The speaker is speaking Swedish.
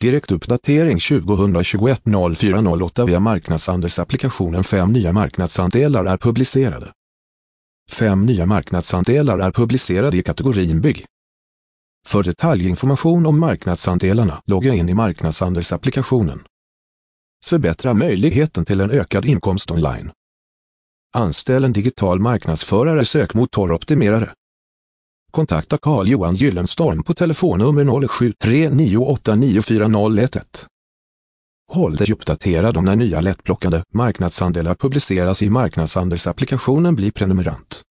Direktuppdatering 2021-04-08 via marknadsandelsapplikationen. 5 nya marknadsandelar är publicerade. 5 nya marknadsandelar är publicerade i kategorin bygg. För detaljinformation om marknadsandelarna, logga in i marknadsandelsapplikationen. Förbättra möjligheten till en ökad inkomst online. Anställ en digital marknadsförare, sökmotoroptimerare. Kontakta Carl-Johan Gyllenstorm på telefonnummer 0739894011. Håll dig uppdaterad om när nya lättplockade marknadsandelar publiceras i marknadsandelsapplikationen. Bli prenumerant.